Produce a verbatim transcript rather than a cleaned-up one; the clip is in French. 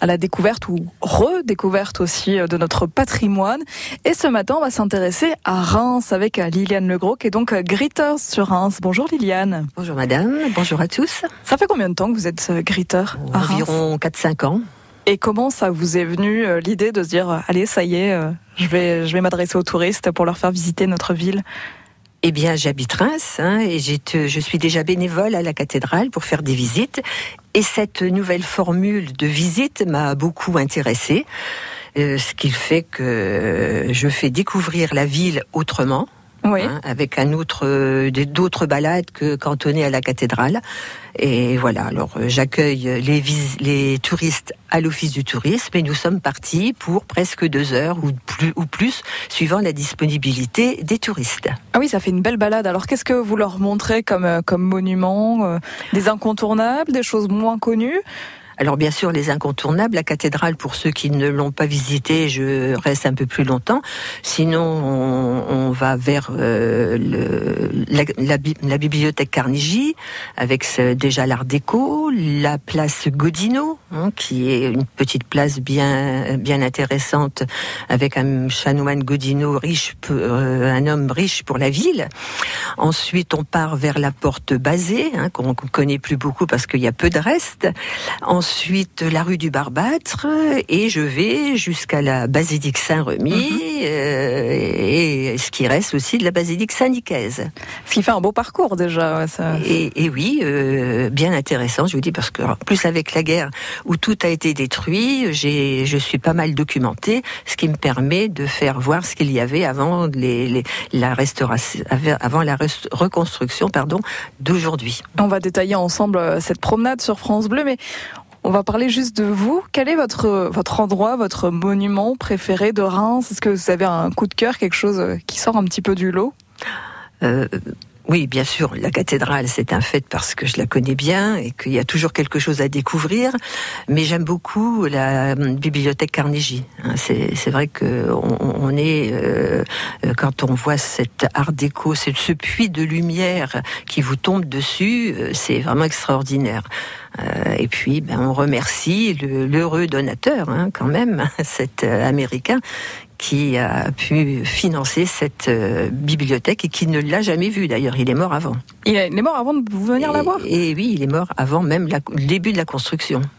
à la découverte ou redécouverte aussi de notre patrimoine. Et ce matin, on va s'intéresser à Reims avec Liliane Legros, qui est donc greeter sur Reims. Bonjour Liliane. Bonjour madame, bonjour à tous. Ça fait combien de temps que vous êtes greeter à Reims ? Environ quatre cinq ans. Et comment ça vous est venu euh, l'idée de se dire, allez, ça y est, euh, je vais, je vais m'adresser aux touristes pour leur faire visiter notre ville ? Eh bien, j'habite Reims hein, et j'ai te, je suis déjà bénévole à la cathédrale pour faire des visites. Et cette nouvelle formule de visite m'a beaucoup intéressée, euh, ce qui fait que je fais découvrir la ville autrement. Oui. Hein, avec un autre, euh, d'autres balades que cantonnées à la cathédrale. Et voilà, alors euh, j'accueille les, vis- les touristes à l'office du tourisme et nous sommes partis pour presque deux heures ou plus, ou plus, suivant la disponibilité des touristes. Ah oui, ça fait une belle balade. Alors qu'est-ce que vous leur montrez comme, euh, comme monument, euh, des incontournables, des choses moins connues ? Alors bien sûr, les incontournables, la cathédrale, pour ceux qui ne l'ont pas visitée, je reste un peu plus longtemps. Sinon, on, on va vers euh, le, la, la, la bibliothèque Carnegie, avec ce, déjà l'art déco, la place Godino, hein, qui est une petite place bien, bien intéressante, avec un chanoine Godino riche, euh, un homme riche pour la ville. Ensuite, on part vers la porte Bazet, hein, qu'on ne connaît plus beaucoup parce qu'il y a peu de reste. Ensuite, la rue du Barbâtre, et je vais jusqu'à la basilique Saint-Remy, mmh. euh, et ce qui reste aussi de la basilique Saint-Nicaise. Ce qui fait un beau parcours déjà. Ouais, ça, et, et oui, euh, bien intéressant, je vous dis, parce que en plus avec la guerre où tout a été détruit, j'ai, je suis pas mal documentée, ce qui me permet de faire voir ce qu'il y avait avant les, les, la restauration, avant la rest- reconstruction, pardon, d'aujourd'hui. On va détailler ensemble cette promenade sur France Bleu, mais on va parler juste de vous. Quel est votre, votre endroit, votre monument préféré de Reims ? Est-ce que vous avez un coup de cœur, quelque chose qui sort un petit peu du lot ? euh, Oui, bien sûr, la cathédrale, c'est un fait parce que je la connais bien et qu'il y a toujours quelque chose à découvrir. Mais j'aime beaucoup la bibliothèque Carnegie. C'est, c'est vrai qu'on on est, euh, quand on voit cet art déco, ce, ce puits de lumière qui vous tombe dessus, c'est vraiment extraordinaire. Euh, et puis, ben, on remercie le, l'heureux donateur, hein, quand même, cet euh, Américain, qui a pu financer cette euh, bibliothèque et qui ne l'a jamais vue d'ailleurs. Il est mort avant. Il est mort avant de venir et, la voir ? Et oui, il est mort avant même la, le début de la construction.